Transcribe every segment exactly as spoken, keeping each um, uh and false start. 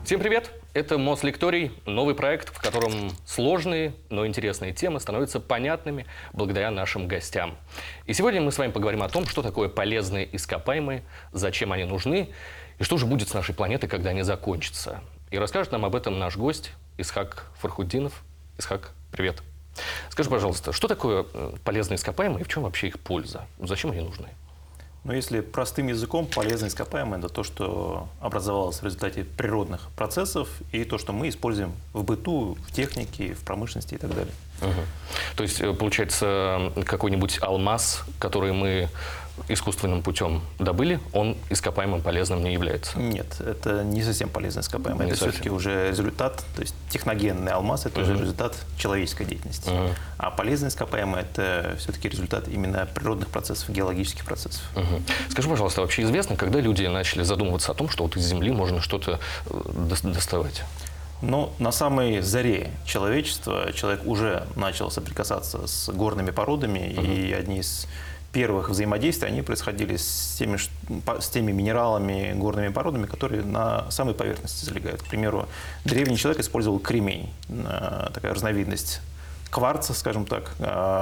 Всем привет! Это Мослекторий, новый проект, в котором сложные, но интересные темы становятся понятными благодаря нашим гостям. И сегодня мы с вами поговорим о том, что такое полезные ископаемые, зачем они нужны и что же будет с нашей планетой, когда они закончатся. И расскажет нам об этом наш гость Исхак Фархутдинов. Исхак, привет! Скажи, пожалуйста, что такое полезные ископаемые и в чем вообще их польза? Зачем они нужны? Но если простым языком, полезные ископаемые – это то, что образовалось в результате природных процессов и то, что мы используем в быту, в технике, в промышленности и так далее. Угу. То есть, получается, какой-нибудь алмаз, который мы искусственным путем добыли, он ископаемым полезным не является? Нет, это не совсем полезный ископаемый. Не это совсем. все-таки уже результат, то есть техногенный алмаз – это угу. уже результат человеческой деятельности. Угу. А полезный ископаемый – это все-таки результат именно природных процессов, геологических процессов. Угу. Скажи, пожалуйста, вообще известно, когда люди начали задумываться о том, что вот из Земли можно что-то доставать? Но на самой заре человечества человек уже начал соприкасаться с горными породами, uh-huh. и одни из первых взаимодействий они происходили с теми, с теми минералами, горными породами, которые на самой поверхности залегают. К примеру, древний человек использовал кремень, такая разновидность кварца, скажем так,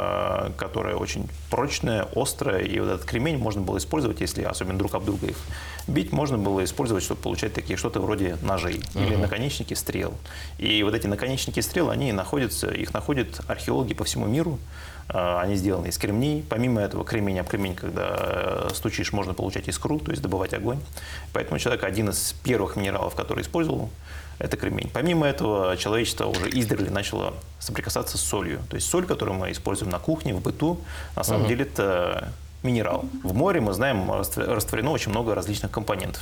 которая очень прочная, острая, и вот этот кремень можно было использовать, если особенно друг об друга их бить, можно было использовать, чтобы получать такие что-то вроде ножей uh-huh. или наконечники стрел. И вот эти наконечники стрел, они находятся, их находят археологи по всему миру, они сделаны из кремней. Помимо этого, кремень об кремень, когда стучишь, можно получать искру, то есть добывать огонь. Поэтому человек один из первых минералов, который использовал, это кремень. Помимо этого, человечество уже издревле начало соприкасаться с солью. То есть соль, которую мы используем на кухне, в быту, на самом uh-huh. деле это минерал. В море, мы знаем, растворено очень много различных компонентов.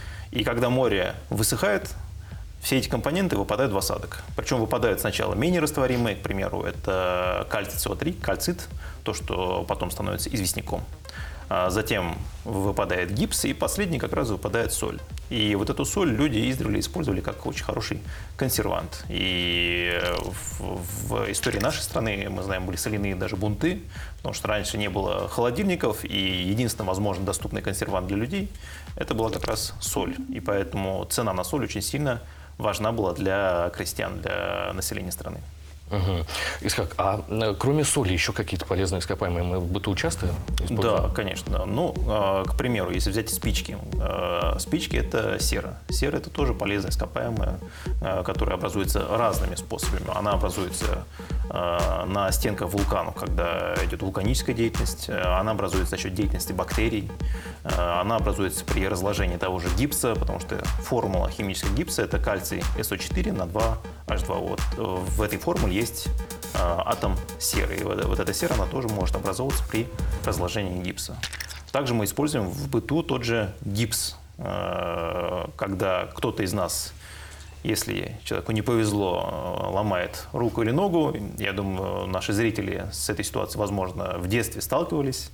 И когда море высыхает, все эти компоненты выпадают в осадок. Причем выпадают сначала менее растворимые, к примеру, это кальций С О три, кальцит, то, что потом становится известняком. Затем выпадает гипс, и последний как раз выпадает соль. И вот эту соль люди издревле использовали как очень хороший консервант. И в, в истории нашей страны, мы знаем, были соляные даже бунты, потому что раньше не было холодильников, и единственный возможно доступный консервант для людей – это была как раз соль. И поэтому цена на соль очень сильно важна была для крестьян, для населения страны. Угу. Исхак, а кроме соли еще какие-то полезные ископаемые мы в быту часто используем? Да, конечно. Ну, к примеру, если взять спички. Спички – это сера. Сера – это тоже полезная ископаемая, которая образуется разными способами. Она образуется на стенках вулканов, когда идет вулканическая деятельность. Она образуется за счет деятельности бактерий. Она образуется при разложении того же гипса, потому что формула химического гипса – это кальций С О четыре на два H два O. Вот в этой формуле есть атом серы. И вот эта сера, она тоже может образовываться при разложении гипса. Также мы используем в быту тот же гипс. Когда кто-то из нас, если человеку не повезло, ломает руку или ногу, я думаю, наши зрители с этой ситуацией, возможно, в детстве сталкивались,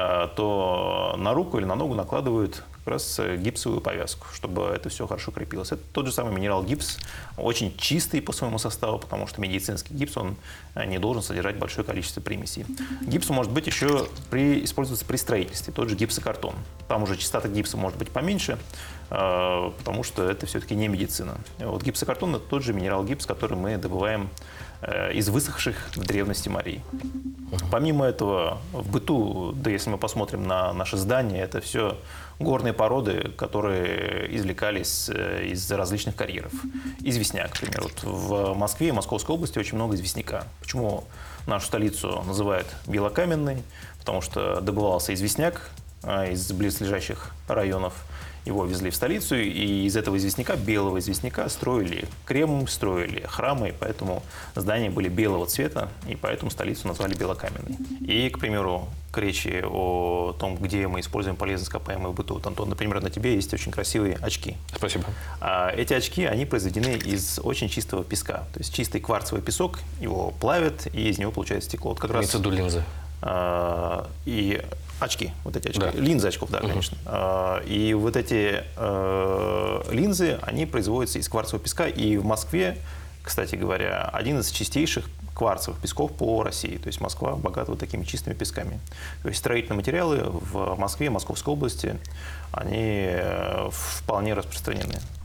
то на руку или на ногу накладывают как раз гипсовую повязку, чтобы это все хорошо крепилось. Это тот же самый минерал гипс, очень чистый по своему составу, потому что медицинский гипс, он не должен содержать большое количество примесей. Гипс может быть еще при, использоваться при строительстве, тот же гипсокартон. Там уже частота гипса может быть поменьше, потому что это все-таки не медицина. Вот гипсокартон – это тот же минерал гипс, который мы добываем из высохших в древности морей. Помимо этого, в быту, да если мы посмотрим на наши здания, это все горные породы, которые извлекались из различных карьеров. Известняк, к примеру. Вот в Москве и Московской области очень много известняка. Почему нашу столицу называют белокаменной? Потому что добывался известняк из близлежащих районов. Его везли в столицу, и из этого известняка, белого известняка, строили Кремль, строили храмы, и поэтому здания были белого цвета, и поэтому столицу назвали белокаменной. И, к примеру, к речи о том, где мы используем полезные ископаемые в быту. Вот, Антон, например, на тебе есть очень красивые очки. Спасибо. А эти очки, они произведены из очень чистого песка. То есть чистый кварцевый песок, его плавят, и из него получается стекло. Вот как раз, имеется в виду линзы. А, и очки, вот эти очки, да. линзы очков, да, конечно. Uh-huh. И вот эти э, линзы, они производятся из кварцевого песка, и в Москве, кстати говоря, один из чистейших кварцевых песков по России. То есть Москва богата вот такими чистыми песками. То есть строительные материалы в Москве, Московской области, они вполне распространены.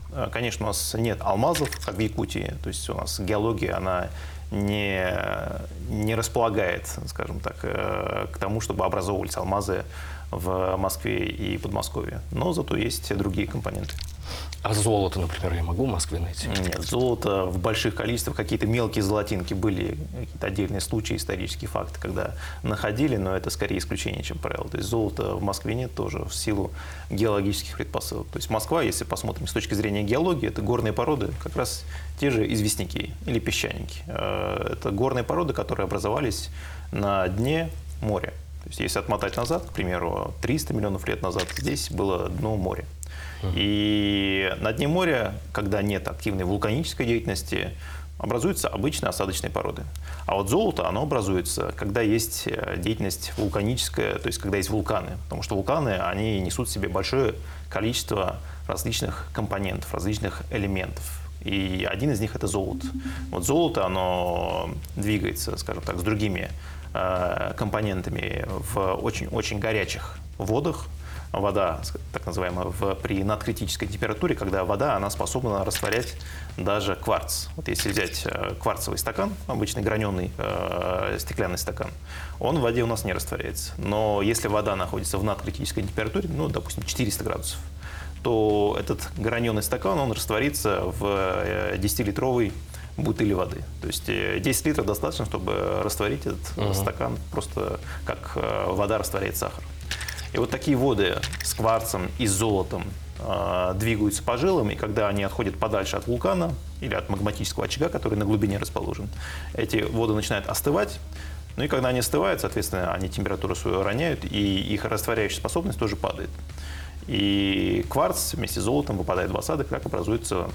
конечно, у нас нет алмазов, как в Якутии. То есть у нас геология, она не, не располагает, скажем так, к тому, чтобы образовывались алмазы в Москве и Подмосковье. Но зато есть другие компоненты. А золото, например, я могу в Москве найти? Нет, золото в больших количествах, какие-то мелкие золотинки были, какие-то отдельные случаи, исторические факты, когда находили, но это скорее исключение, чем правило. То есть золота в Москве нет тоже в силу геологических предпосылок. То есть Москва, если посмотрим с точки зрения геологии, это горные породы, как раз те же известняки или песчаники. Это горные породы, которые образовались на дне моря. То есть если отмотать назад, к примеру, триста миллионов лет назад, здесь было дно моря. И на дне моря, когда нет активной вулканической деятельности, образуются обычные осадочные породы. А вот золото, оно образуется, когда есть деятельность вулканическая, то есть когда есть вулканы. Потому что вулканы, они несут в себе большое количество различных компонентов, различных элементов. И один из них – это золото. Вот золото, оно двигается, скажем так, с другими э, компонентами в очень-очень горячих водах. Вода, так называемая, в, при надкритической температуре, когда вода, она способна растворять даже кварц. Вот если взять кварцевый стакан, обычный граненый э, стеклянный стакан, он в воде у нас не растворяется. Но если вода находится в надкритической температуре, ну, допустим, четыреста градусов, то этот граненый стакан, он растворится в десятилитровой бутыли воды. То есть десять литров достаточно, чтобы растворить этот uh-huh. стакан, просто как вода растворяет сахар. И вот такие воды с кварцем и с золотом э, двигаются по жилам, и когда они отходят подальше от вулкана или от магматического очага, который на глубине расположен, эти воды начинают остывать. Ну и когда они остывают, соответственно, они температуру свою роняют, и их растворяющая способность тоже падает. И кварц вместе с золотом выпадает в осадок, как образуются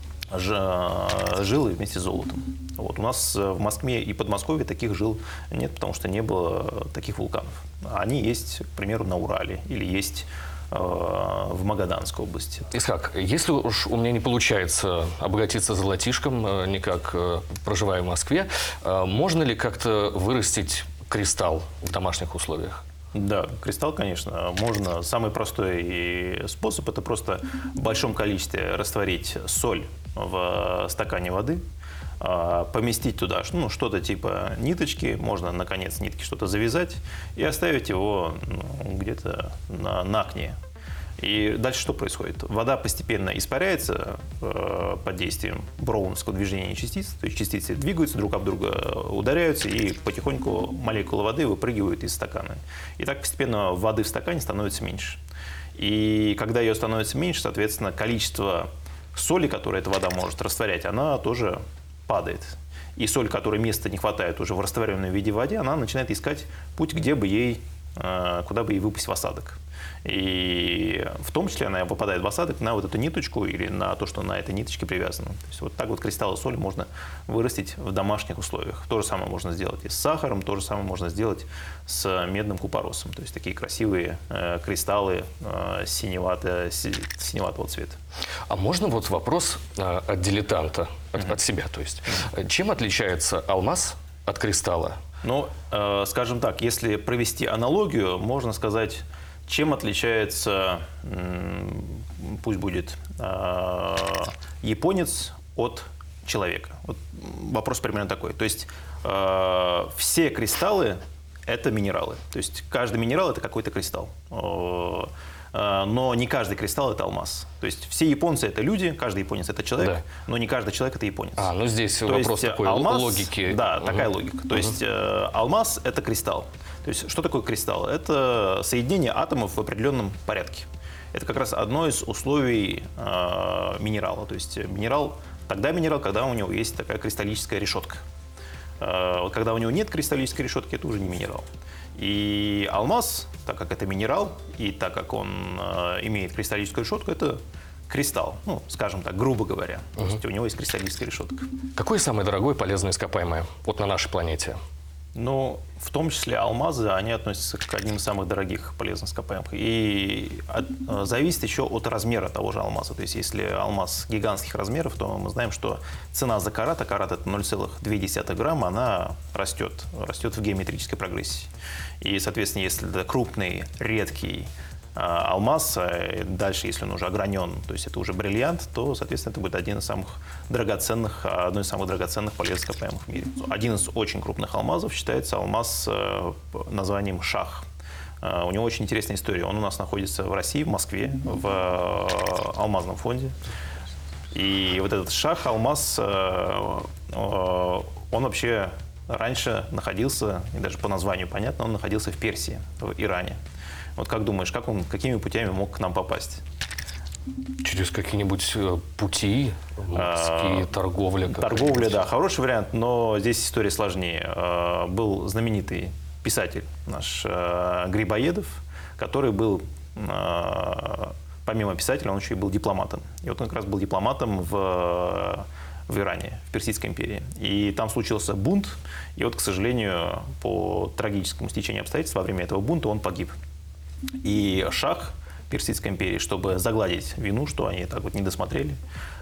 жилы вместе с золотом. Вот. У нас в Москве и Подмосковье таких жил нет, потому что не было таких вулканов. Они есть, к примеру, на Урале или есть э, в Магаданской области. Исхак, если уж у меня не получается обогатиться золотишком, э, никак э, проживая в Москве, э, можно ли как-то вырастить кристалл в домашних условиях? Да, кристалл, конечно, можно. Самый простой способ – это просто в большом количестве растворить соль в стакане воды, поместить туда ну, что-то типа ниточки, можно на конец нитки что-то завязать и оставить его ну, где-то на, на окне. И дальше что происходит? Вода постепенно испаряется э, под действием броуновского движения частиц, то есть частицы двигаются друг об друга, ударяются, и потихоньку молекулы воды выпрыгивают из стакана. И так постепенно воды в стакане становится меньше. И когда ее становится меньше, соответственно, количество соли, которую эта вода может растворять, она тоже падает. И соль, которой места не хватает уже в растворенной виде воде, она начинает искать путь, где бы ей, куда бы ей выпасть в осадок. И в том числе она попадает в осадок на вот эту ниточку или на то, что на этой ниточке привязано. То есть вот так вот кристаллы соли можно вырастить в домашних условиях. То же самое можно сделать и с сахаром, то же самое можно сделать с медным купоросом. То есть такие красивые э, кристаллы э, синевато, синеватого цвета. А можно вот вопрос э, от дилетанта, от, mm-hmm. от себя, то есть. Mm-hmm. Чем отличается алмаз от кристалла? Ну, э, скажем так, если провести аналогию, можно сказать, чем отличается, пусть будет, японец от человека? Вот вопрос примерно такой. То есть все кристаллы – это минералы. То есть каждый минерал – это какой-то кристалл. Но не каждый кристалл – это алмаз. То есть все японцы – это люди, каждый японец – это человек, да. но не каждый человек – это японец. А, ну здесь То вопрос есть такой алмаз, логики. Да, угу. такая логика. То угу. есть э, алмаз – это кристалл. То есть что такое кристалл? Это соединение атомов в определенном порядке. Это как раз одно из условий э, минерала. То есть минерал тогда минерал, когда у него есть такая кристаллическая решетка. Э, вот когда у него нет кристаллической решетки, это уже не минерал. И алмаз, так как это минерал, и так как он э, имеет кристаллическую решетку, это кристалл, ну, скажем так, грубо говоря. Угу. То есть у него есть кристаллическая решетка. Какое самое дорогое полезное ископаемое вот на нашей планете? Ну, в том числе алмазы, они относятся к одним из самых дорогих полезных ископаемых. И от, зависит еще от размера того же алмаза. То есть, если алмаз гигантских размеров, то мы знаем, что цена за карат, а карат это ноль целых две десятых грамма, она растет, растет в геометрической прогрессии. И, соответственно, если это крупный, редкий, алмаз, дальше, если он уже огранен, то есть это уже бриллиант, то, соответственно, это будет один из самых драгоценных, одно из самых драгоценных полезных ископаемых в мире. Один из очень крупных алмазов считается алмаз с названием «Шах». У него очень интересная история. Он у нас находится в России, в Москве, в алмазном фонде. И вот этот шах, алмаз, он вообще раньше находился, и даже по названию понятно, он находился в Персии, в Иране. Вот как думаешь, как он, какими путями мог к нам попасть? Через какие-нибудь пути, морские, торговля? Торговля, да, хороший вариант, но здесь история сложнее. Был знаменитый писатель наш Грибоедов, который был, помимо писателя, он еще и был дипломатом. И вот он как раз был дипломатом в, в Иране, в Персидской империи. И там случился бунт, и вот, к сожалению, по трагическому стечению обстоятельств, во время этого бунта он погиб. И шах Персидской империи, чтобы загладить вину, что они так вот не досмотрели,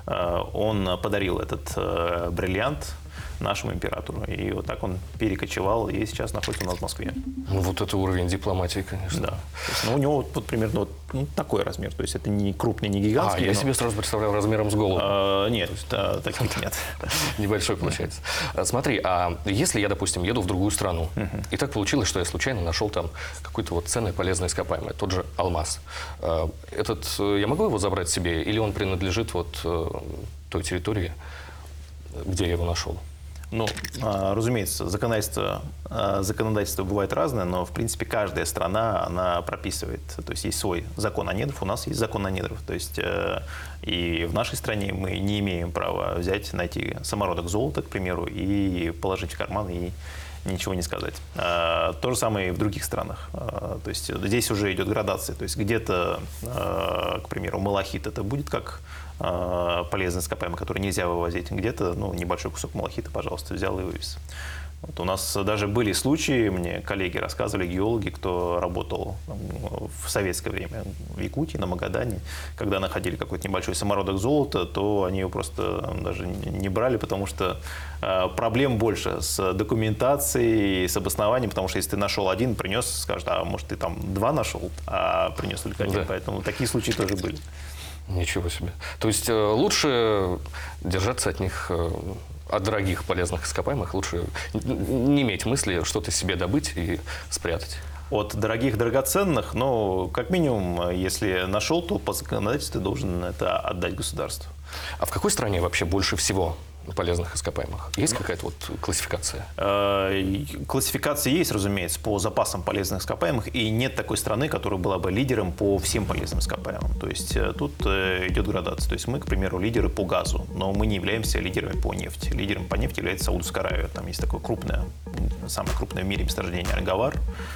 он подарил этот бриллиант нашему императору. И вот так он перекочевал и сейчас находится у нас в Москве. Ну, вот это уровень дипломатии, конечно. Да. Есть, ну, у него вот примерно вот, ну, такой размер. То есть это не крупный, не гигантский. А, я но... себе сразу представляю размером с голову. А, нет, а, таких нет. Небольшой получается. Смотри, а если я, допустим, еду в другую страну, и так получилось, что я случайно нашел там какое-то вот ценное полезное ископаемое, тот же алмаз. Этот, я могу его забрать себе, или он принадлежит вот той территории, где я его нашел? Ну, разумеется, законодательство, законодательство бывает разное, но, в принципе, каждая страна, она прописывает, то есть есть свой закон о недрах, у нас есть закон о недрах, то есть и в нашей стране мы не имеем права взять, найти самородок золота, к примеру, и положить в карман и ничего не сказать. То же самое и в других странах. То есть здесь уже идет градация. То есть где-то, к примеру, малахит это будет как полезный ископаемый, который нельзя вывозить. Где-то ну, небольшой кусок малахита, пожалуйста, взял и вывез. Вот у нас даже были случаи, мне коллеги рассказывали, геологи, кто работал в советское время в Якутии, на Магадане, когда находили какой-то небольшой самородок золота, то они его просто даже не брали, потому что проблем больше с документацией, с обоснованием, потому что если ты нашел один, принес, скажут, а может ты там два нашел, а принес только один, да. Поэтому такие случаи тоже были. Ничего себе. То есть лучше держаться от них, от дорогих полезных ископаемых, лучше не иметь мысли что-то себе добыть и спрятать. От дорогих, драгоценных, но как минимум, если нашел, то по законодательству ты должен это отдать государству. А в какой стране вообще больше всего полезных ископаемых? Есть какая-то вот классификация? Классификация есть, разумеется, по запасам полезных ископаемых, и нет такой страны, которая была бы лидером по всем полезным ископаемым. То есть тут идет градация. То есть мы, к примеру, лидеры по газу, но мы не являемся лидерами по нефти. Лидером по нефти является Саудовская Аравия. Там есть такое крупное, самое крупное в мире месторождение Альгавар,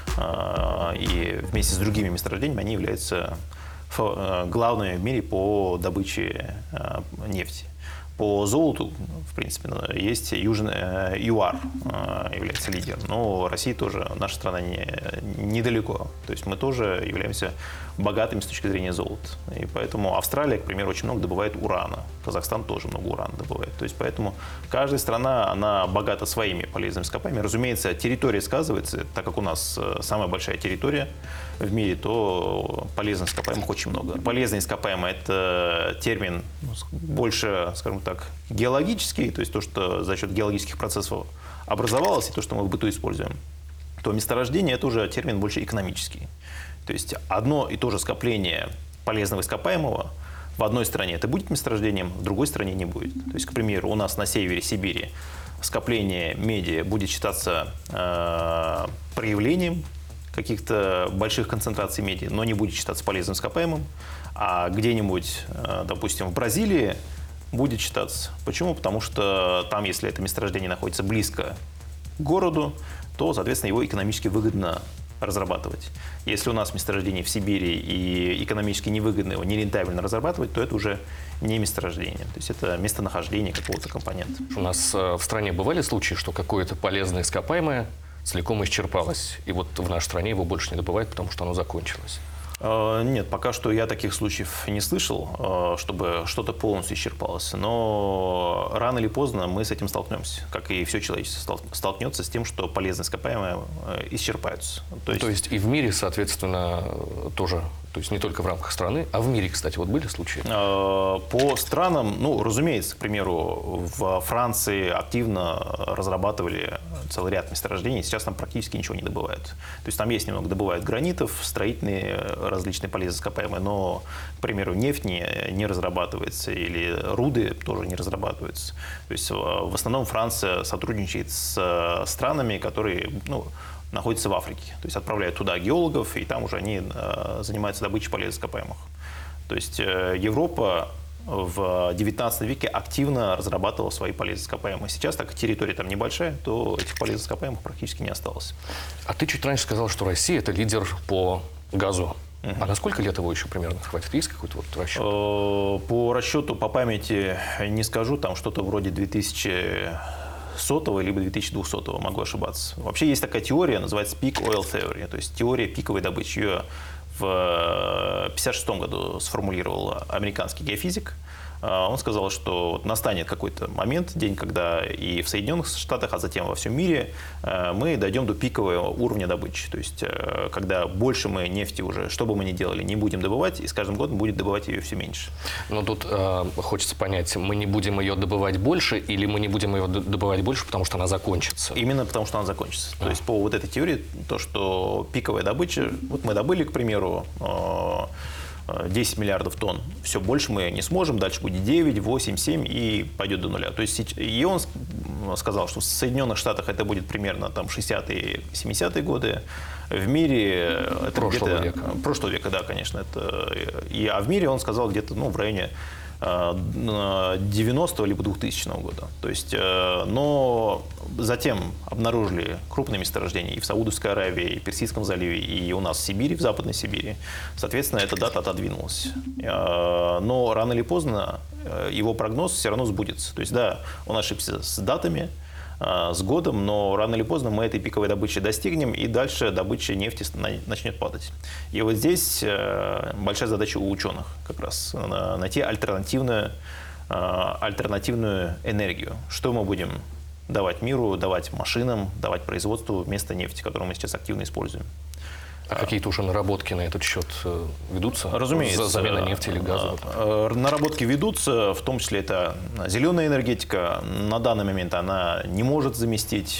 и вместе с другими месторождениями они являются главными в мире по добыче нефти. По золоту, в принципе, есть Южный ЮАР, является лидером. Но Россия тоже, наша страна не, недалеко. То есть мы тоже являемся богатыми с точки зрения золота. И поэтому Австралия, к примеру, очень много добывает урана. Казахстан тоже много урана добывает. То есть поэтому каждая страна, она богата своими полезными ископаемыми. Разумеется, территория сказывается, так как у нас самая большая территория в мире, то полезных ископаемых очень много. Полезные ископаемые – это термин больше, скажем так, геологический, то есть то, что за счет геологических процессов образовалось, и то, что мы в быту используем. То месторождение – это уже термин больше экономический. То есть одно и то же скопление полезного ископаемого в одной стране это будет месторождением, в другой стране не будет. То есть, к примеру, у нас на севере Сибири скопление меди будет считаться э, проявлением каких-то больших концентраций меди, но не будет считаться полезным ископаемым, а где-нибудь, э, допустим, в Бразилии будет считаться. Почему? Потому что там, если это месторождение находится близко к городу, то, соответственно, его экономически выгодно разрабатывать. Если у нас месторождение в Сибири и экономически невыгодно его, нерентабельно разрабатывать, то это уже не месторождение. То есть это местонахождение какого-то компонента. У нас в стране бывали случаи, что какое-то полезное ископаемое целиком исчерпалось, и вот в нашей стране его больше не добывают, потому что оно закончилось? Нет, пока что я таких случаев не слышал, чтобы что-то полностью исчерпалось. Но рано или поздно мы с этим столкнемся, как и все человечество столкнется с тем, что полезные ископаемые исчерпаются. То есть, То есть и в мире, соответственно, тоже То есть не только в рамках страны, а в мире, кстати, вот были случаи? По странам, ну, разумеется, к примеру, в Франции активно разрабатывали целый ряд месторождений, сейчас там практически ничего не добывают. То есть там есть немного, добывают гранитов, строительные различные полезные ископаемые, но, к примеру, нефть не, не разрабатывается или руды тоже не разрабатываются. То есть в основном Франция сотрудничает с странами, которые, ну, находятся в Африке. То есть отправляют туда геологов, и там уже они э, занимаются добычей полезных ископаемых. То есть э, Европа в девятнадцатом веке активно разрабатывала свои полезные ископаемые. Сейчас, так как территория там небольшая, то этих полезных ископаемых практически не осталось. А ты чуть раньше сказал, что Россия – это лидер по газу. Uh-huh. А на сколько лет его еще примерно хватит? Есть какой-то вот расчет? По расчету, по памяти не скажу, там что-то вроде две тысячи сотого либо две тысячи двухсотого, могу ошибаться. Вообще есть такая теория, называется Peak Oil Theory, то есть теория пиковой добычи. Ее в пятьдесят шестом году сформулировал американский геофизик. Он сказал, что настанет какой-то момент, день, когда и в Соединенных Штатах, а затем во всем мире мы дойдем до пикового уровня добычи. То есть, когда больше мы нефти уже, что бы мы ни делали, не будем добывать, и с каждым годом будет добывать ее все меньше. Но тут э, хочется понять, мы не будем ее добывать больше, или мы не будем ее добывать больше, потому что она закончится? Именно потому, что она закончится. А. То есть, по вот этой теории, то, что пиковая добыча, вот мы добыли, к примеру, десять миллиардов тонн. Все, больше мы не сможем, дальше будет девять, восемь, семь и пойдет до нуля. То есть и он сказал, что в Соединенных Штатах это будет примерно там шестидесятые, семидесятые годы. В мире это прошлого века. Прошлого века, да, конечно. Это, и, а в мире он сказал где-то, ну, в районе девяностого либо двухтысячного года. То есть, но затем обнаружили крупные месторождения и в Саудовской Аравии, и в Персидском заливе, и у нас в Сибири, в Западной Сибири. Соответственно, эта дата отодвинулась. Но рано или поздно его прогноз все равно сбудется. То есть, да, он ошибся с датами, с годом, но рано или поздно мы этой пиковой добычи достигнем, и дальше добыча нефти начнет падать. И вот здесь большая задача у ученых как раз найти альтернативную, альтернативную энергию. Что мы будем давать миру, давать машинам, давать производству вместо нефти, которую мы сейчас активно используем. А какие-то уже наработки на этот счет ведутся? Разумеется. Замена нефти или газа? Наработки ведутся, в том числе это зеленая энергетика. На данный момент она не может заместить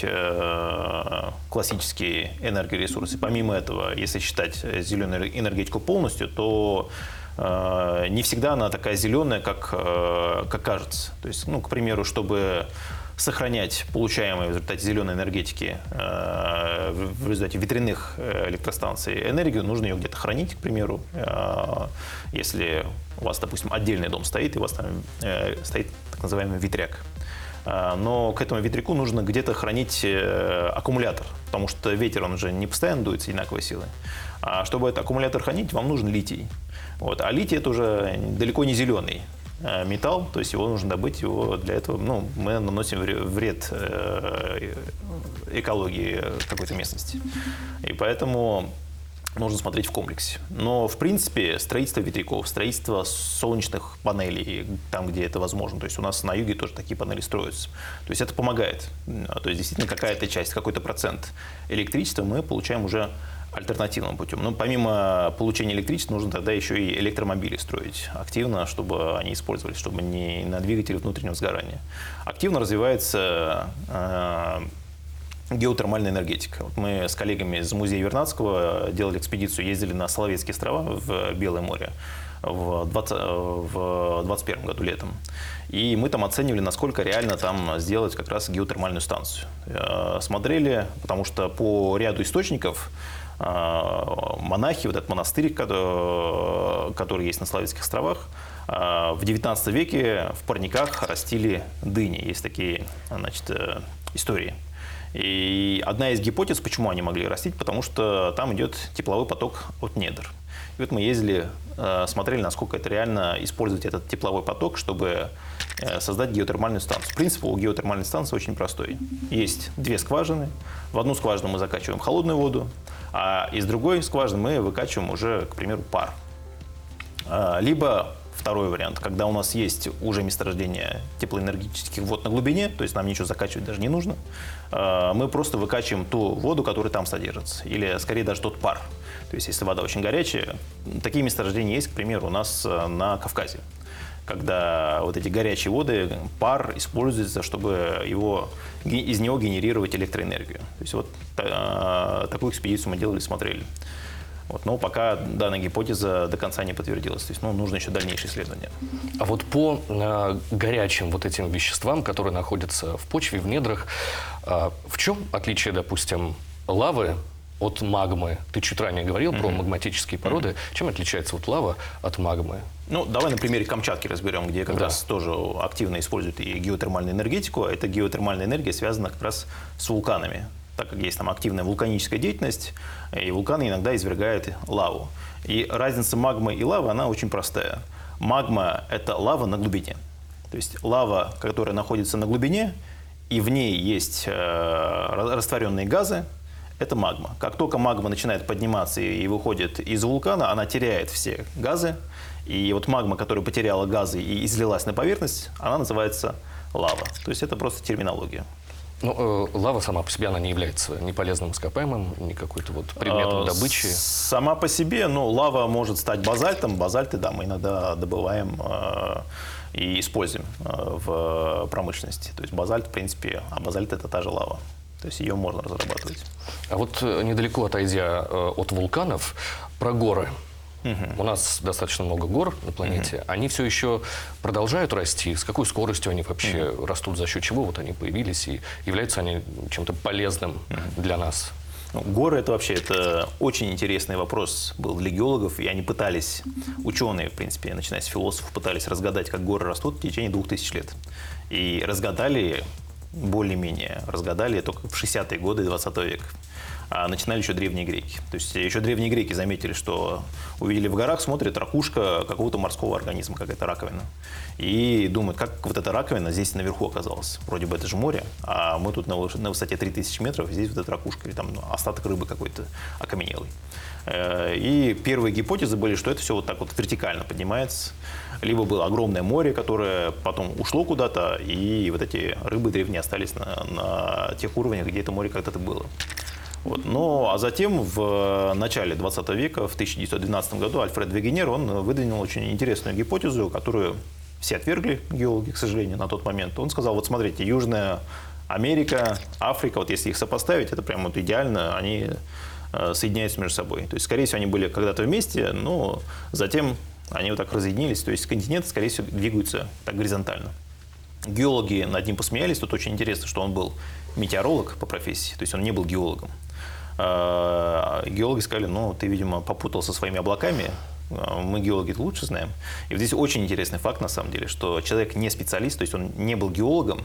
классические энергоресурсы. Помимо этого, если считать зеленую энергетику полностью, то не всегда она такая зеленая, как, как кажется. То есть, ну, к примеру, чтобы сохранять получаемые в результате зеленой энергетики, э, в результате ветряных электростанций энергию, нужно ее где-то хранить, к примеру. Э, если у вас, допустим, отдельный дом стоит, и у вас там э, стоит так называемый ветряк. Э, но к этому ветряку нужно где-то хранить э, аккумулятор, потому что ветер, он же не постоянно дует с одинаковой силой. А чтобы этот аккумулятор хранить, вам нужен литий. Вот. А литий – это уже далеко не зеленый металл, то есть его нужно добыть, его для этого, ну, мы наносим вред экологии какой-то местности. И поэтому нужно смотреть в комплексе. Но, в принципе, строительство ветряков, строительство солнечных панелей, там, где это возможно. То есть у нас на юге тоже такие панели строятся. То есть это помогает. То есть действительно какая-то часть, какой-то процент электричества мы получаем уже альтернативным путем. Но помимо получения электричества нужно тогда еще и электромобили строить активно, чтобы они использовались, чтобы не на двигателе внутреннего сгорания. Активно развивается э, геотермальная энергетика. Вот мы с коллегами из музея Вернадского делали экспедицию, ездили на Соловецкие острова в Белое море в двадцать первом году летом. И мы там оценивали, насколько реально там сделать как раз геотермальную станцию. Смотрели, потому что по ряду источников монахи, вот этот монастырь, который есть на Соловецких островах, в девятнадцатом веке в парниках растили дыни. Есть такие, значит, истории. И одна из гипотез, почему они могли растить, потому что там идет тепловой поток от недр. И вот мы ездили, смотрели, насколько это реально использовать этот тепловой поток, чтобы создать геотермальную станцию. Принцип у геотермальной станции очень простой. Есть две скважины. В одну скважину мы закачиваем холодную воду, а из другой скважины мы выкачиваем уже, к примеру, пар. Либо второй вариант, когда у нас есть уже месторождение теплоэнергетических вод на глубине, то есть нам ничего закачивать даже не нужно, мы просто выкачиваем ту воду, которая там содержится, или скорее даже тот пар. То есть если вода очень горячая, такие месторождения есть, к примеру, у нас на Кавказе, когда вот эти горячие воды, пар используется, чтобы его, из него генерировать электроэнергию. То есть вот э, такую экспедицию мы делали, смотрели. Вот, но пока данная гипотеза до конца не подтвердилась. То есть, ну, нужно еще дальнейшее исследование. А вот по э, горячим вот этим веществам, которые находятся в почве, в недрах, э, в чем отличие, допустим, лавы от магмы? Ты чуть ранее говорил mm-hmm. про магматические породы. Mm-hmm. Чем отличается вот лава от магмы? Ну, давай на примере Камчатки разберем, где как да. раз тоже активно используют и геотермальную энергетику. Эта геотермальная энергия связана как раз с вулканами, так как есть там активная вулканическая деятельность, и вулканы иногда извергают лаву. И разница магмы и лавы, она очень простая. Магма – это лава на глубине. То есть лава, которая находится на глубине, и в ней есть э, растворенные газы, это магма. Как только магма начинает подниматься и выходит из вулкана, она теряет все газы. И вот магма, которая потеряла газы и излилась на поверхность, она называется лава. То есть это просто терминология. Ну, э, лава сама по себе, она не является ни полезным ископаемым, ни какой-то вот предметом э, добычи. Сама по себе, ну, лава может стать базальтом. Базальты, да, мы иногда добываем э, и используем э, в промышленности. То есть базальт, в принципе, а базальт – это та же лава. То есть ее можно разрабатывать. А вот недалеко отойдя э, от вулканов, про горы. У нас достаточно много гор на планете. Uh-huh. Они все еще продолжают расти. С какой скоростью они вообще uh-huh. растут, за счет чего вот они появились, и являются они чем-то полезным uh-huh. для нас? Ну, горы – это вообще это очень интересный вопрос был для геологов, и они пытались, ученые, в принципе, начиная с философов, пытались разгадать, как горы растут в течение двух тысяч лет. И разгадали, более-менее, разгадали только в шестидесятые годы двадцатого века. А начинали еще древние греки. То есть еще древние греки заметили, что увидели в горах, смотрят, ракушка какого-то морского организма, какая-то раковина. И думают, как вот эта раковина здесь наверху оказалась. Вроде бы это же море, а мы тут на высоте три тысячи метров, здесь вот эта ракушка, или там ну, остаток рыбы какой-то окаменелый. И первые гипотезы были, что это все вот так вот вертикально поднимается. Либо было огромное море, которое потом ушло куда-то, и вот эти рыбы древние остались на, на тех уровнях, где это море когда-то было. Вот. Ну, а затем в начале двадцатого века, в тысяча девятьсот двенадцатом году, Альфред Вегенер, он выдвинул очень интересную гипотезу, которую все отвергли, геологи, к сожалению, на тот момент. Он сказал, вот смотрите, Южная Америка, Африка, вот если их сопоставить, это прям вот идеально, они соединяются между собой. То есть, скорее всего, они были когда-то вместе, но затем они вот так разъединились, то есть континенты, скорее всего, двигаются так горизонтально. Геологи над ним посмеялись, тут очень интересно, что он был метеоролог по профессии, то есть он не был геологом. Геологи сказали, ну, ты, видимо, попутал со своими облаками, мы, геологи, это лучше знаем. И вот здесь очень интересный факт, на самом деле, что человек не специалист, то есть он не был геологом,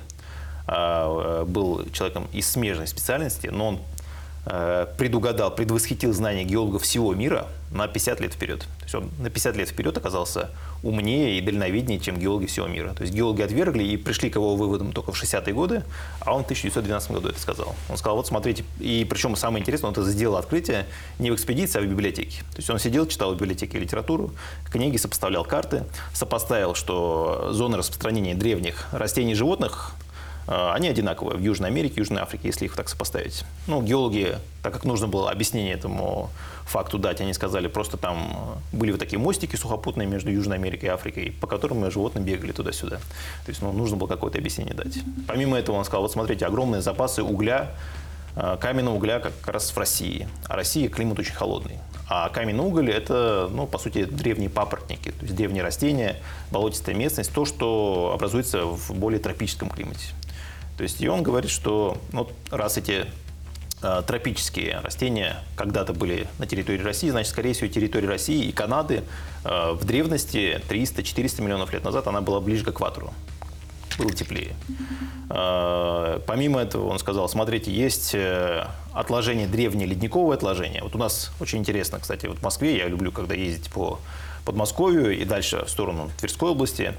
был человеком из смежной специальности, но он предугадал, предвосхитил знания геологов всего мира на пятьдесят лет вперед. То есть он на пятьдесят лет вперед оказался умнее и дальновиднее, чем геологи всего мира. То есть геологи отвергли и пришли к его выводам только в шестидесятые годы, а он в тысяча девятьсот двенадцатом году это сказал. Он сказал, вот смотрите, и причем самое интересное, он это сделал открытие не в экспедиции, а в библиотеке. То есть он сидел, читал в библиотеке литературу, книги, сопоставлял карты, сопоставил, что зоны распространения древних растений и животных они одинаковые в Южной Америке, Южной Африке, если их так сопоставить. Ну, геологи, так как нужно было объяснение этому факту дать, они сказали, просто там были вот такие мостики сухопутные между Южной Америкой и Африкой, по которым животные бегали туда-сюда. То есть, ну, нужно было какое-то объяснение дать. Помимо этого он сказал, вот смотрите, огромные запасы угля, каменного угля как раз в России. А Россия климат очень холодный. А каменный уголь – это, ну, по сути, древние папоротники, то есть древние растения, болотистая местность, то, что образуется в более тропическом климате. То есть и он говорит, что ну, раз эти э, тропические растения когда-то были на территории России, значит, скорее всего, территория России и Канады э, в древности триста-четыреста миллионов лет назад она была ближе к экватору. Было теплее. Э, помимо этого, он сказал, смотрите, есть отложение, древнее ледниковое отложение. Вот у нас очень интересно, кстати, вот в Москве, я люблю, когда ездить по Подмосковью и дальше в сторону Тверской области,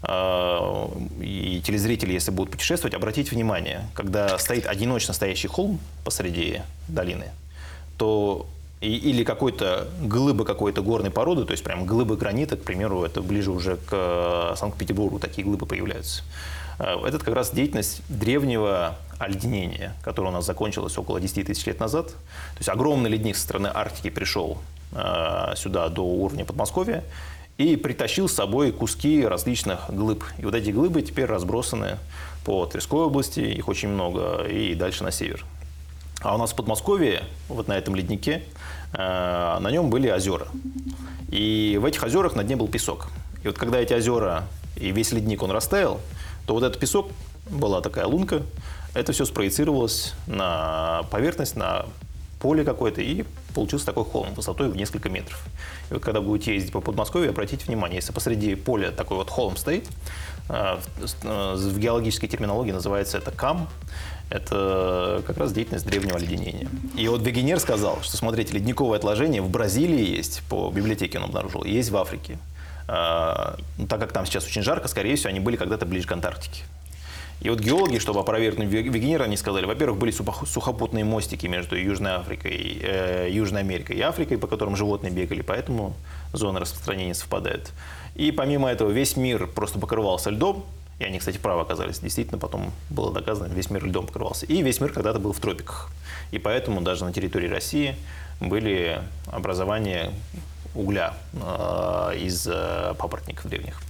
и телезрители, если будут путешествовать, обратите внимание, когда стоит одиночно стоящий холм посреди долины, то и, или какой-то глыба какой-то горной породы, то есть прям глыбы гранита, к примеру, это ближе уже к Санкт-Петербургу такие глыбы появляются. Это как раз деятельность древнего оледенения, которое у нас закончилось около десяти тысяч лет назад. То есть огромный ледник со стороны Арктики пришел э, сюда до уровня Подмосковья и притащил с собой куски различных глыб. И вот эти глыбы теперь разбросаны по Тверской области, их очень много, и дальше на север. А у нас в Подмосковье, вот на этом леднике, э, на нем были озера. И в этих озерах на дне был песок. И вот когда эти озера и весь ледник, он растаял, то вот этот песок, была такая лунка, это все спроецировалось на поверхность, на поле какое-то, и получился такой холм высотой в несколько метров. И вот когда будете ездить по Подмосковью, обратите внимание, если посреди поля такой вот холм стоит, в геологической терминологии называется это кам, это как раз деятельность древнего оледенения. И вот Вегенер сказал, что, смотрите, ледниковое отложение в Бразилии есть, по библиотеке он обнаружил, и есть в Африке. Так как там сейчас очень жарко, скорее всего, они были когда-то ближе к Антарктике. И вот геологи, чтобы опровергнуть Вегенера, они сказали, во-первых, были сухопутные мостики между Южной Африкой, э, Южной Америкой и Африкой, по которым животные бегали, поэтому зоны распространения совпадают. И помимо этого весь мир просто покрывался льдом, и они, кстати, правы оказались, действительно, потом было доказано, весь мир льдом покрывался. И весь мир когда-то был в тропиках. И поэтому даже на территории России были образования угля э, из э, папоротников древних.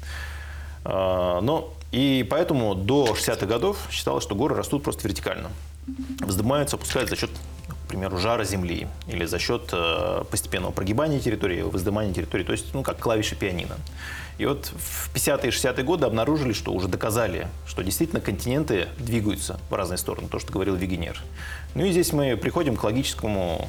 Э, но И поэтому до шестидесятых годов считалось, что горы растут просто вертикально. Вздымаются, опускаются за счет, к примеру, жара земли или за счет э, постепенного прогибания территории, воздымания территории, то есть, ну, как клавиши пианино. И вот в пятидесятые и шестидесятые годы обнаружили, что уже доказали, что действительно континенты двигаются в разные стороны, то, что говорил Вегенер. Ну и здесь мы приходим к логическому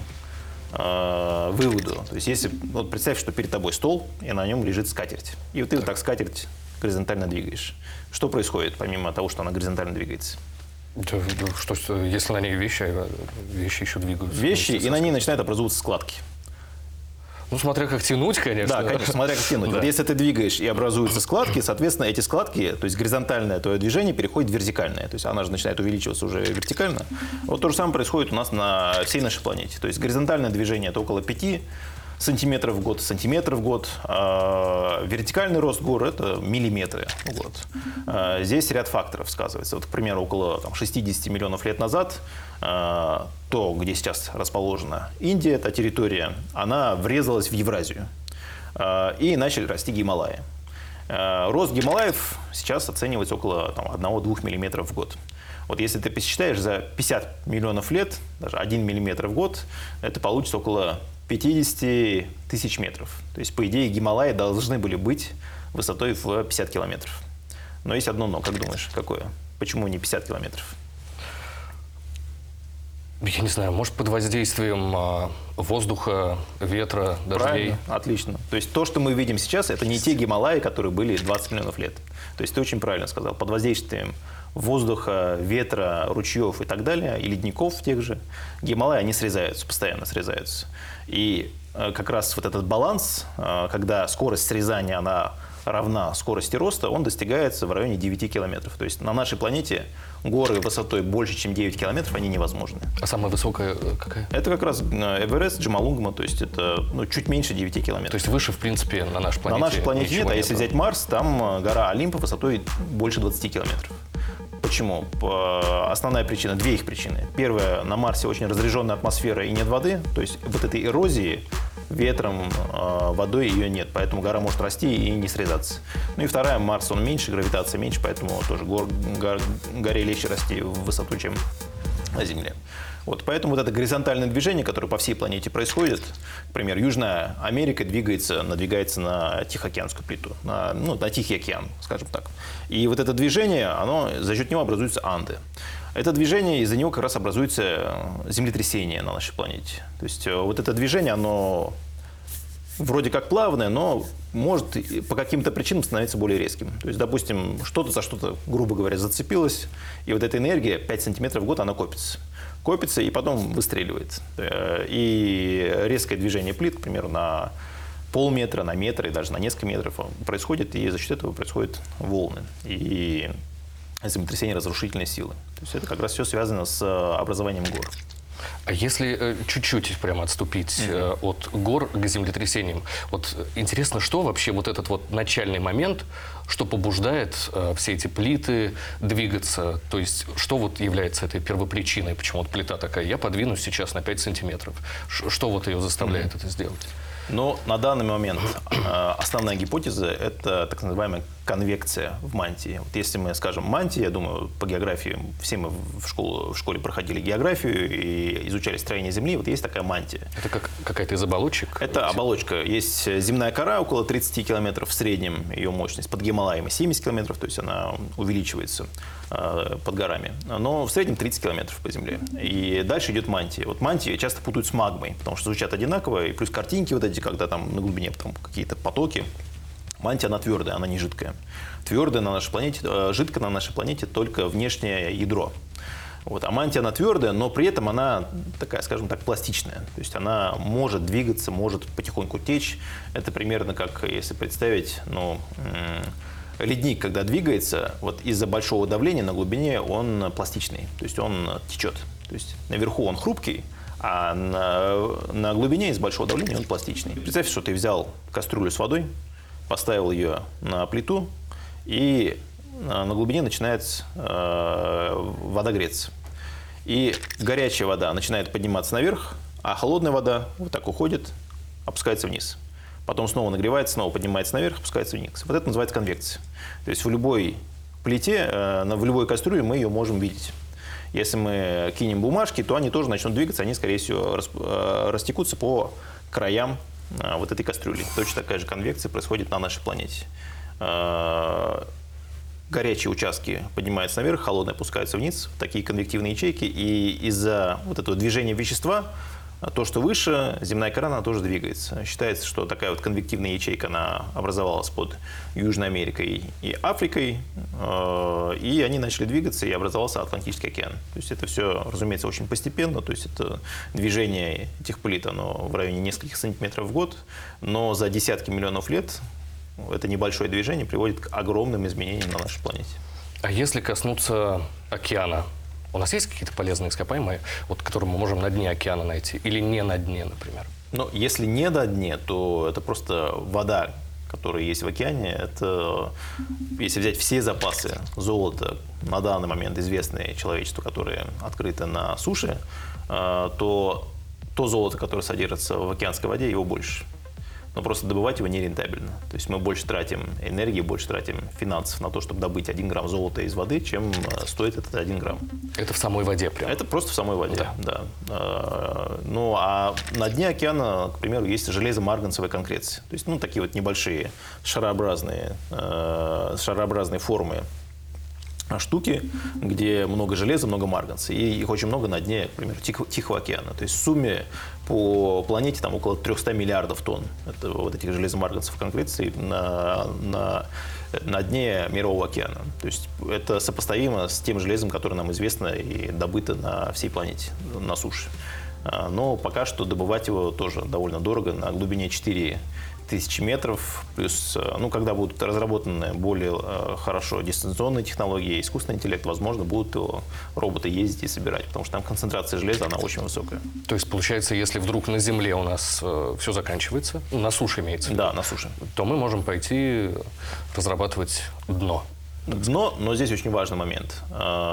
э, выводу. То есть, если, вот представь, что перед тобой стол, и на нем лежит скатерть. И вот ты вот так скатерть горизонтально двигаешь. Что происходит, помимо того, что она горизонтально двигается? Что, если на ней вещи, вещи еще двигаются? Вещи, и на ней начинают образовываться складки. Ну, смотря как тянуть, конечно. Да, конечно, смотря как тянуть. Да. Вот если ты двигаешь и образуются складки, соответственно, эти складки, то есть горизонтальное твое движение переходит в вертикальное. То есть она же начинает увеличиваться уже вертикально. Вот то же самое происходит у нас на всей нашей планете. То есть горизонтальное движение – это около пяти сантиметров в год, сантиметров в год. А вертикальный рост гор – это миллиметры в год. А здесь ряд факторов сказывается. Вот, к примеру, около там, шестидесяти миллионов лет назад а, то, где сейчас расположена Индия, эта территория, она врезалась в Евразию. А, и начали расти Гималаи. А, рост Гималаев сейчас оценивается около одного-двух миллиметров в год. Вот если ты посчитаешь за пятьдесят миллионов лет, даже один миллиметр в год, это получится около пятьдесят тысяч метров. То есть, по идее, Гималаи должны были быть высотой в пятьдесят километров. Но есть одно но. Как думаешь, какое? Почему не пятьдесят километров? Я не знаю, может, под воздействием а, воздуха, ветра, дождей? Правильно, отлично. То есть, то, что мы видим сейчас, это не те Гималаи, которые были двадцать миллионов лет. То есть, ты очень правильно сказал. Под воздействием воздуха, ветра, ручьев и так далее, и ледников тех же, Гималаи, они срезаются, постоянно срезаются. И как раз вот этот баланс, когда скорость срезания, она равна скорости роста, он достигается в районе девяти километров. То есть на нашей планете горы высотой больше, чем девять километров, они невозможны. А самая высокая какая? Это как раз Эверест, Джомолунгма, то есть это ну, чуть меньше девяти километров. То есть выше, в принципе, на нашей планете? На нашей планете нет, а если нет. взять Марс, там гора Олимпа высотой больше двадцати километров. Почему? Основная причина, две их причины. Первая, на Марсе очень разряженная атмосфера и нет воды, то есть вот этой эрозии ветром, водой ее нет, поэтому гора может расти и не срезаться. Ну и вторая, Марс, он меньше, гравитация меньше, поэтому тоже гор, гор, горе легче расти в высоту, чем на Земле. Вот, поэтому вот это горизонтальное движение, которое по всей планете происходит, например, Южная Америка двигается, надвигается на Тихоокеанскую плиту, на, ну, на Тихий океан, скажем так. И вот это движение, оно, за счет него образуются Анды. Это движение, из-за него как раз образуется землетрясение на нашей планете. То есть вот это движение, оно вроде как плавное, но может по каким-то причинам становиться более резким. То есть, допустим, что-то за что-то, грубо говоря, зацепилось, и вот эта энергия пять сантиметров в год, она копится. Копится и потом выстреливает. И резкое движение плит, к примеру, на полметра, на метр и даже на несколько метров происходит, и за счет этого происходят волны и землетрясение разрушительной силы. То есть это как раз все связано с образованием гор. А если э, чуть-чуть прямо отступить э, от гор к землетрясениям, вот э, интересно, что вообще вот этот вот начальный момент, что побуждает э, все эти плиты двигаться, то есть что вот является этой первопричиной, почему вот плита такая, я подвинусь сейчас на пять сантиметров, Ш- что вот ее заставляет mm-hmm. это сделать? Но на данный момент э, основная гипотеза – это так называемая конвекция в мантии. Вот если мы скажем мантия, я думаю, по географии все мы в, школу, в школе проходили географию и изучали строение Земли. Вот есть такая мантия. Это как какая-то из оболочек? Это оболочка. Есть земная кора, около тридцати километров в среднем ее мощность. Под Гималаями семьдесят километров, то есть она увеличивается э, под горами. Но в среднем тридцать километров по Земле. И дальше идет мантия. Вот мантии часто путают с магмой, потому что звучат одинаково. И плюс картинки вот эти, когда там на глубине там какие-то потоки. Мантия, она твердая, она не жидкая. Твердая на нашей планете, э, жидкая на нашей планете только внешнее ядро. Вот. А мантия, она твердая, но при этом она такая, скажем так, пластичная. То есть она может двигаться, может потихоньку течь. Это примерно как, если представить, ну, ледник, когда двигается, вот из-за большого давления на глубине он пластичный, то есть он течет. То есть наверху он хрупкий, а на, на глубине из большого давления он пластичный. Представь, что ты взял кастрюлю с водой, поставил ее на плиту, и на глубине начинает э, вода греться. И горячая вода начинает подниматься наверх, а холодная вода вот так уходит, опускается вниз. Потом снова нагревается, снова поднимается наверх, опускается вниз. Вот это называется конвекция. То есть в любой плите, э, в любой кастрюле мы ее можем видеть. Если мы кинем бумажки, то они тоже начнут двигаться, они, скорее всего, рас, э, растекутся по краям вот этой кастрюли. Точно такая же конвекция происходит на нашей планете. Горячие участки поднимаются наверх, холодные опускаются вниз, такие конвективные ячейки, и из-за вот этого движения вещества то, что выше, земная кора, она тоже двигается. Считается, что такая вот конвективная ячейка, она образовалась под Южной Америкой и Африкой, и они начали двигаться, и образовался Атлантический океан. То есть это все, разумеется, очень постепенно, то есть это движение этих плит, оно в районе нескольких сантиметров в год, но за десятки миллионов лет это небольшое движение приводит к огромным изменениям на нашей планете. А если коснуться океана? У нас есть какие-то полезные ископаемые, вот, которые мы можем на дне океана найти? Или не на дне, например? Ну, если не на дне, то это просто вода, которая есть в океане. Это, если взять все запасы золота, на данный момент известные человечеству, которые открыты на суше, то то золото, которое содержится в океанской воде, его больше. Но просто добывать его нерентабельно. То есть мы больше тратим энергии, больше тратим финансов на то, чтобы добыть один грамм золота из воды, чем стоит этот один грамм. Это в самой воде прям? Это просто в самой воде, да. да. Ну, а на дне океана, к примеру, есть железо-марганцевая конкреция. То есть, ну, такие вот небольшие шарообразные, шарообразные формы штуки, где много железа, много марганца. И их очень много на дне, например, Тихого океана. То есть в сумме по планете там около трехсот миллиардов тонн это вот этих железомарганцев конкреции на, на, на дне Мирового океана. То есть это сопоставимо с тем железом, которое нам известно и добыто на всей планете, на суше. Но пока что добывать его тоже довольно дорого, на глубине четыре тысячи метров, плюс, ну, когда будут разработаны более э, хорошо дистанционные технологии, искусственный интеллект, возможно, будут его роботы ездить и собирать, потому что там концентрация железа, она очень высокая. То есть, получается, если вдруг на Земле у нас э, все заканчивается, на суше имеется в виду, да, на суше, то мы можем пойти разрабатывать дно. Дно, но здесь очень важный момент.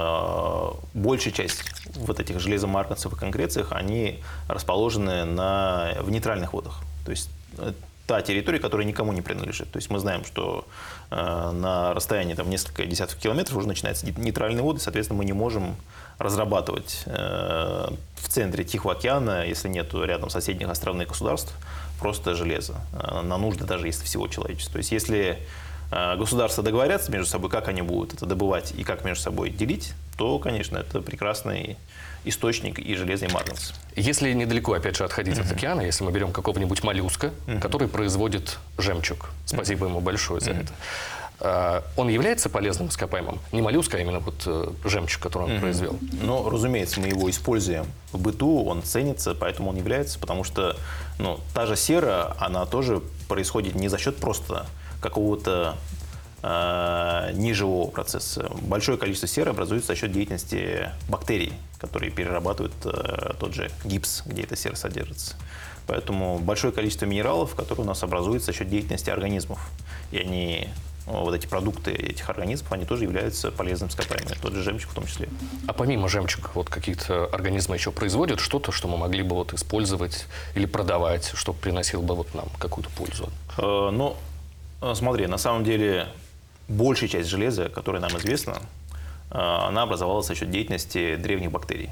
Большая часть вот этих железомарганцев и конкрециях, они расположены на, в нейтральных водах. То есть та территория, которая никому не принадлежит. То есть мы знаем, что э, на расстоянии там, несколько десятков километров уже начинаются нейтральные воды, соответственно, мы не можем разрабатывать э, в центре Тихого океана, если нет рядом соседних островных государств, просто железо э, на нужды даже если всего человечества. То есть если э, государства договорятся между собой, как они будут это добывать и как между собой делить, то, конечно, это прекрасный источник и железа, и марганец. Если недалеко, опять же, отходить uh-huh. от океана, если мы берем какого-нибудь моллюска, uh-huh. который производит жемчуг, спасибо uh-huh. ему большое за uh-huh. это, он является полезным ископаемым? Не моллюска, а именно вот жемчуг, который он uh-huh. произвел? Ну, разумеется, мы его используем в быту, он ценится, поэтому он является, потому что ну, та же сера, она тоже происходит не за счет просто какого-то неживого процесса. Большое количество серы образуется за счет деятельности бактерий, которые перерабатывают э, тот же гипс, где эта сера содержится. Поэтому большое количество минералов, которые у нас образуются за счет деятельности организмов. И они, вот эти продукты этих организмов, они тоже являются полезными ископаемыми, тот же жемчуг в том числе. А помимо жемчуга, вот какие-то организмы еще производят что-то, что мы могли бы вот использовать или продавать, что приносило бы вот нам какую-то пользу? Э, ну, смотри, на самом деле большая часть железа, которая нам известна, э, она образовалась за счет деятельности древних бактерий.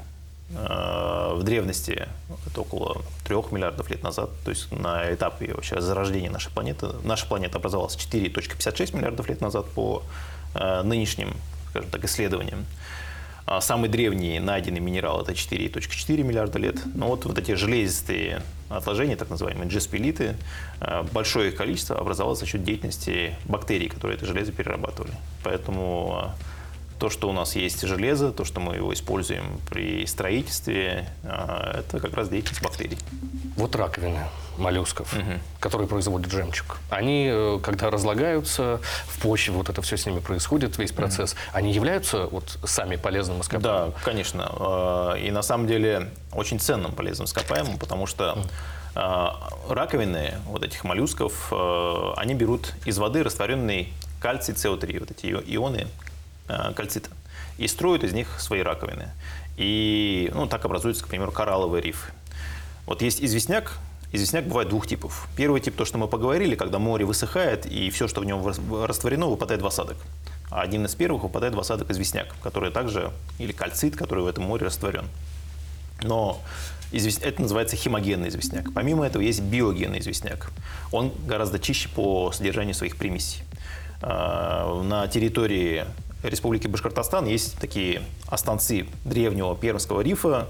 В древности, это около трех миллиардов лет назад, то есть на этапе вообще зарождения нашей планеты, наша планета образовалась четыре целых пятьдесят шесть миллиардов лет назад по нынешним, скажем так, исследованиям. Самый древний найденный минерал – это четыре целых четыре миллиарда лет. Но вот, вот эти железистые отложения, так называемые джеспелиты, большое их количество образовалось за счет деятельности бактерий, которые это железо перерабатывали. Поэтому то, что у нас есть железо, то, что мы его используем при строительстве, это как раз деятельность бактерий. Вот раковины моллюсков, угу. которые производят жемчуг, они, когда разлагаются в почве, вот это все с ними происходит, весь процесс, угу. они являются вот сами полезным ископаемым? Да, конечно. И на самом деле очень ценным полезным ископаемым, потому что угу. раковины вот этих моллюсков, они берут из воды растворенный кальций С О три, вот эти ионы кальцита, и строят из них свои раковины. И ну, так образуются, к примеру, коралловые рифы. Вот есть известняк. Известняк бывает двух типов. Первый тип, то, что мы поговорили, когда море высыхает, и все, что в нем растворено, выпадает в осадок. А один из первых выпадает в осадок известняк, который также, или кальцит, который в этом море растворен. Но это называется хемогенный известняк. Помимо этого есть биогенный известняк. Он гораздо чище по содержанию своих примесей. На территории Республики Башкортостан есть такие останцы древнего Пермского рифа,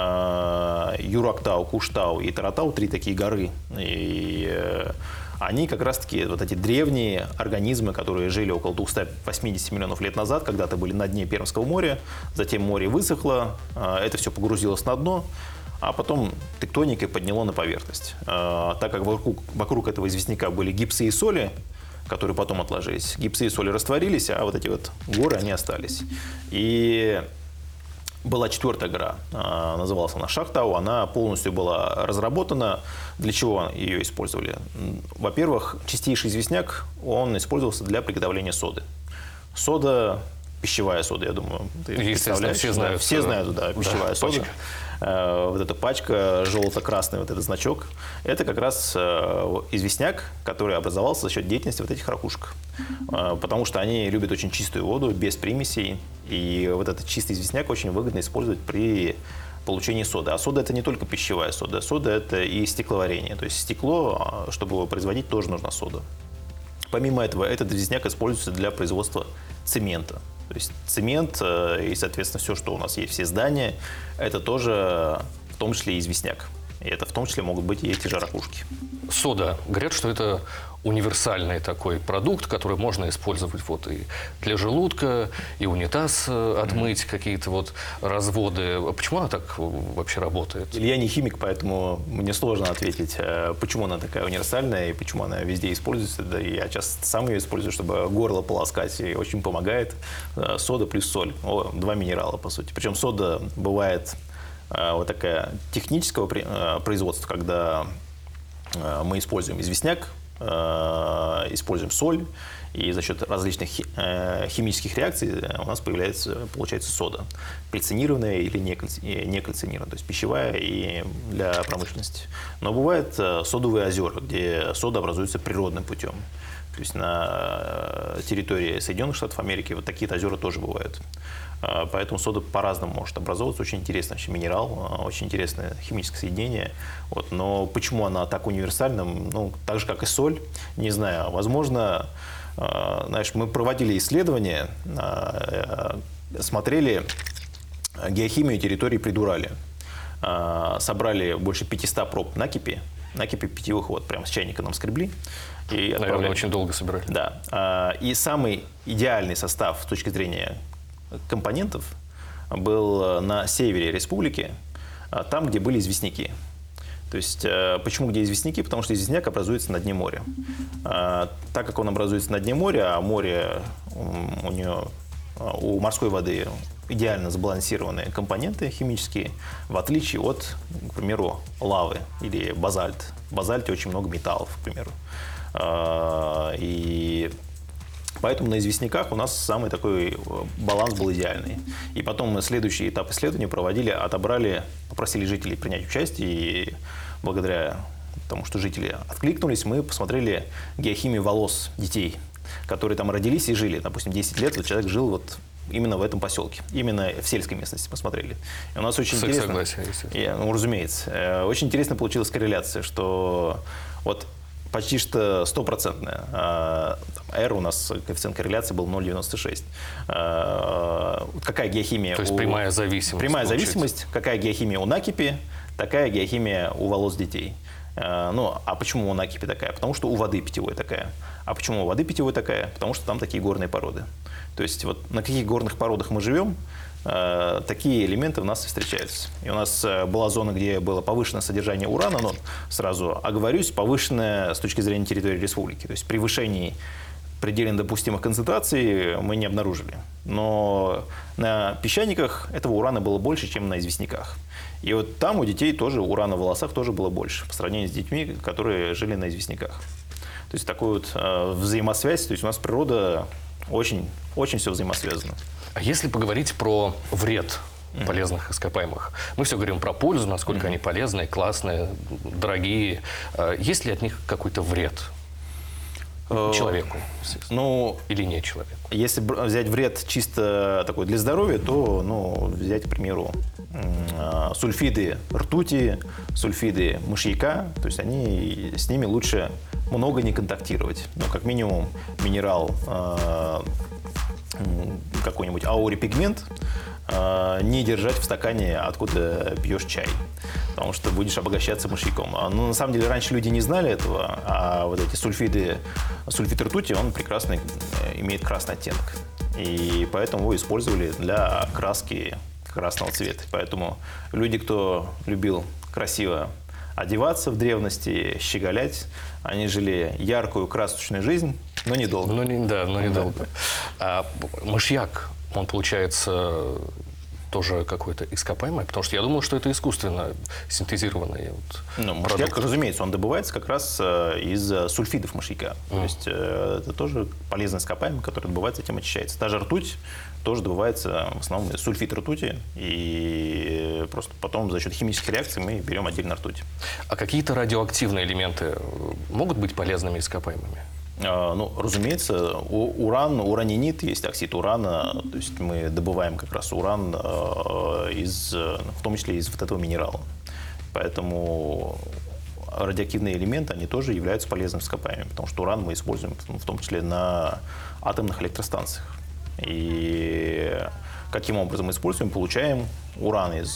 э, Юрактау, Куштау и Таратау, три такие горы. И э, они как раз-таки, вот эти древние организмы, которые жили около двухсот восьмидесяти миллионов лет назад, когда-то были на дне Пермского моря, затем море высохло, э, это все погрузилось на дно, а потом тектоникой подняло на поверхность. Э, так как вокруг, вокруг этого известняка были гипсы и соли, которые потом отложились. Гипсы и соли растворились, а вот эти вот горы, они остались. И была четвертая гора, называлась она Шахтау, она полностью была разработана. Для чего ее использовали? Во-первых, чистейший известняк, он использовался для приготовления соды. Сода, пищевая сода, я думаю, ты представляешь. Все знают. Да, все знают, да, пищевая да, сода. Пачка. Вот эта пачка, желто-красный вот этот значок, это как раз известняк, который образовался за счет деятельности вот этих ракушек. Потому что они любят очень чистую воду, без примесей. И вот этот чистый известняк очень выгодно использовать при получении соды. А сода – это не только пищевая сода. Сода – это и стекловарение. То есть стекло, чтобы его производить, тоже нужна сода. Помимо этого, этот известняк используется для производства цемента. То есть цемент и, соответственно, все, что у нас есть, все здания, это тоже в том числе и известняк. И это в том числе могут быть и эти же ракушки. Сода. Говорят, что это универсальный такой продукт, который можно использовать вот и для желудка, и унитаз отмыть, mm-hmm. какие-то вот разводы. Почему она так вообще работает? Я не химик, поэтому мне сложно ответить, почему она такая универсальная и почему она везде используется. Да, я часто сам ее использую, чтобы горло полоскать, и очень помогает. Сода плюс соль. О, два минерала, по сути. Причем сода бывает вот такая технического производства, когда мы используем известняк, используем соль, и за счет различных химических реакций у нас появляется, получается сода. Кальцинированная или не кальцинированная, то есть пищевая и для промышленности. Но бывают содовые озера, где сода образуется природным путем. То есть на территории Соединенных Штатов Америки вот такие озера тоже бывают. Поэтому сода по-разному может образовываться. Очень интересный вообще минерал, очень интересное химическое соединение. Вот. Но почему она так универсальна? Ну, так же, как и соль, не знаю. Возможно, знаешь, мы проводили исследования, смотрели геохимию территории Придурали. Собрали больше пятисот проб накипи, накипи питьевых вод, прямо с чайника нам скребли. И наверное, очень долго собирали. Да. И самый идеальный состав с точки зрения компонентов был на севере республики, там, где были известняки. То есть, почему где известняки? Потому что известняк образуется на дне моря. Так как он образуется на дне моря, а море у нее, у морской воды идеально сбалансированные компоненты химические, в отличие от, к примеру, лавы или базальт. В базальте очень много металлов, к примеру. И поэтому на известняках у нас самый такой баланс был идеальный. И потом мы следующий этап исследования проводили, отобрали, попросили жителей принять участие, и благодаря тому, что жители откликнулись, мы посмотрели геохимию волос детей, которые там родились и жили. Допустим, десять лет вот человек жил вот именно в этом поселке, именно в сельской местности посмотрели. И у нас очень С интересно... согласия, естественно. Ну, разумеется. Очень интересно получилась корреляция, что вот почти что стопроцентная. R у нас коэффициент корреляции был ноль целых девяносто шесть. Какая геохимия? То есть у... прямая зависимость. Прямая получается. зависимость. Какая геохимия у накипи, такая геохимия у волос детей. Ну, а почему у накипи такая? Потому что у воды питьевой такая. А почему у воды питьевой такая? Потому что там такие горные породы. То есть вот на каких горных породах мы живем, э, такие элементы у нас встречаются. И у нас была зона, где было повышенное содержание урана, но сразу оговорюсь, повышенное с точки зрения территории республики. То есть превышений предельно допустимых концентраций мы не обнаружили. Но на песчаниках этого урана было больше, чем на известняках. И вот там у детей тоже урана в волосах тоже было больше по сравнению с детьми, которые жили на известняках. То есть такой вот э, взаимосвязь. То есть у нас природа очень, очень все взаимосвязано. А если поговорить про вред mm-hmm. полезных ископаемых? Мы все говорим про пользу, насколько mm-hmm. они полезные, классные, дорогие. Есть ли от них какой-то вред? Человеку, ну, или не человеку. Если взять вред чисто такой для здоровья, то, ну, взять, к примеру, сульфиды ртути, сульфиды мышьяка, то есть они, с ними лучше много не контактировать. Ну, как минимум, минерал э, какой-нибудь аурипигмент э, не держать в стакане, откуда пьешь чай. Потому что будешь обогащаться мышьяком. Но на самом деле раньше люди не знали этого, а вот эти сульфиды, сульфид ртути, он прекрасно имеет красный оттенок. И поэтому его использовали для краски красного цвета. Поэтому люди, кто любил красиво одеваться в древности, щеголять, они жили яркую красочную жизнь, но недолго. Ну, не, да, но недолго. А мышьяк, он получается тоже какое-то ископаемое? Потому что я думал, что это искусственно синтезированный вот ну, мышьяк, разумеется, он добывается как раз из сульфидов мышьяка. Mm. То есть это тоже полезное ископаемое, которое добывается, затем очищается. Та же ртуть тоже добывается в основном из сульфид ртути, и просто потом за счет химических реакций мы берем отдельно ртуть. А какие-то радиоактивные элементы могут быть полезными ископаемыми? Ну, разумеется, уран, уранинит, есть оксид урана, то есть мы добываем как раз уран из, в том числе из вот этого минерала. Поэтому радиоактивные элементы, они тоже являются полезными ископаемыми, потому что уран мы используем в том числе на атомных электростанциях. И каким образом мы используем? Получаем уран из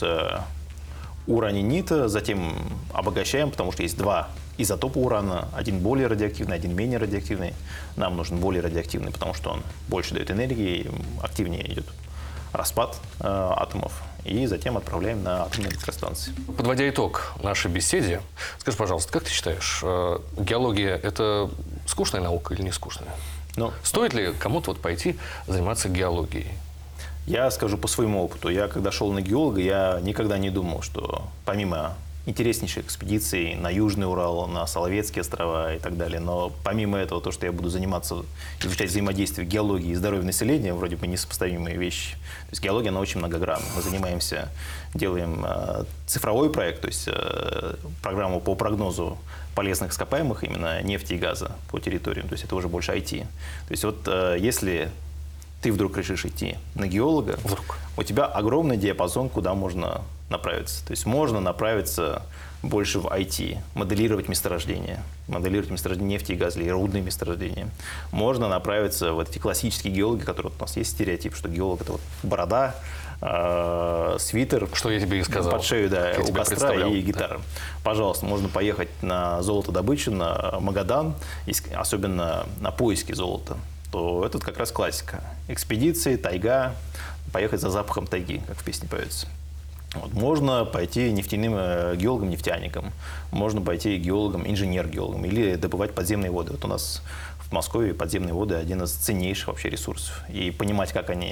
уранинита, затем обогащаем, потому что есть два изотопа урана, один более радиоактивный, один менее радиоактивный. Нам нужен более радиоактивный, потому что он больше дает энергии, активнее идет распад э, атомов, и затем отправляем на атомные электростанции. Подводя итог нашей беседе, скажи, пожалуйста, как ты считаешь, э, геология – это скучная наука или не скучная? Ну, стоит ли кому-то вот пойти заниматься геологией? Я скажу по своему опыту. Я, когда шел на геолога, я никогда не думал, что помимо интереснейших экспедиций на Южный Урал, на Соловецкие острова и так далее, но помимо этого, то, что я буду заниматься, изучать взаимодействие геологии и здоровья населения, вроде бы несопоставимые вещи. То есть геология, она очень многогранна. Мы занимаемся, делаем э, цифровой проект, то есть э, программу по прогнозу полезных ископаемых, именно нефти и газа по территориям, то есть это уже больше ай ти. То есть вот э, если ты вдруг решишь идти на геолога, вдруг. У тебя огромный диапазон, куда можно направиться. То есть можно направиться больше в ай ти, моделировать месторождения, моделировать месторождения нефти и газа, или рудные месторождения. Можно направиться в эти классические геологи, которые вот у нас есть стереотип, что геолог – это вот борода, э, свитер, что я тебе и сказал. Под шею, да, у костра и гитара. Да. Пожалуйста, можно поехать на золотодобычу, на Магадан, особенно на поиски золота. То это как раз классика. Экспедиции, тайга, поехать за запахом тайги, как в песне поется. Вот. Можно пойти нефтяным геологом-нефтяником, можно пойти геологом, инженер-геологом или добывать подземные воды. Вот у нас в Москве подземные воды – один из ценнейших вообще ресурсов. И понимать, как они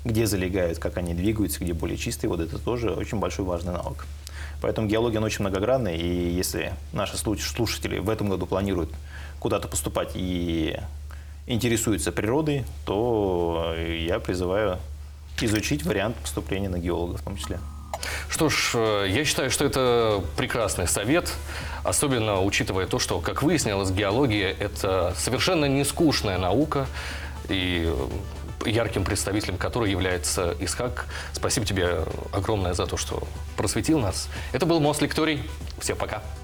где залегают, как они двигаются, где более чистые воды. Это тоже очень большой важный навык. Поэтому геология она очень многогранная, и если наши слушатели в этом году планируют куда-то поступать и интересуются природой, то я призываю изучить вариант поступления на геолога в том числе. Что ж, я считаю, что это прекрасный совет, особенно учитывая то, что, как выяснилось, геология – это совершенно не скучная наука, и ярким представителем которой является Исхак. Спасибо тебе огромное за то, что просветил нас. Это был Мослекторий. Всем пока.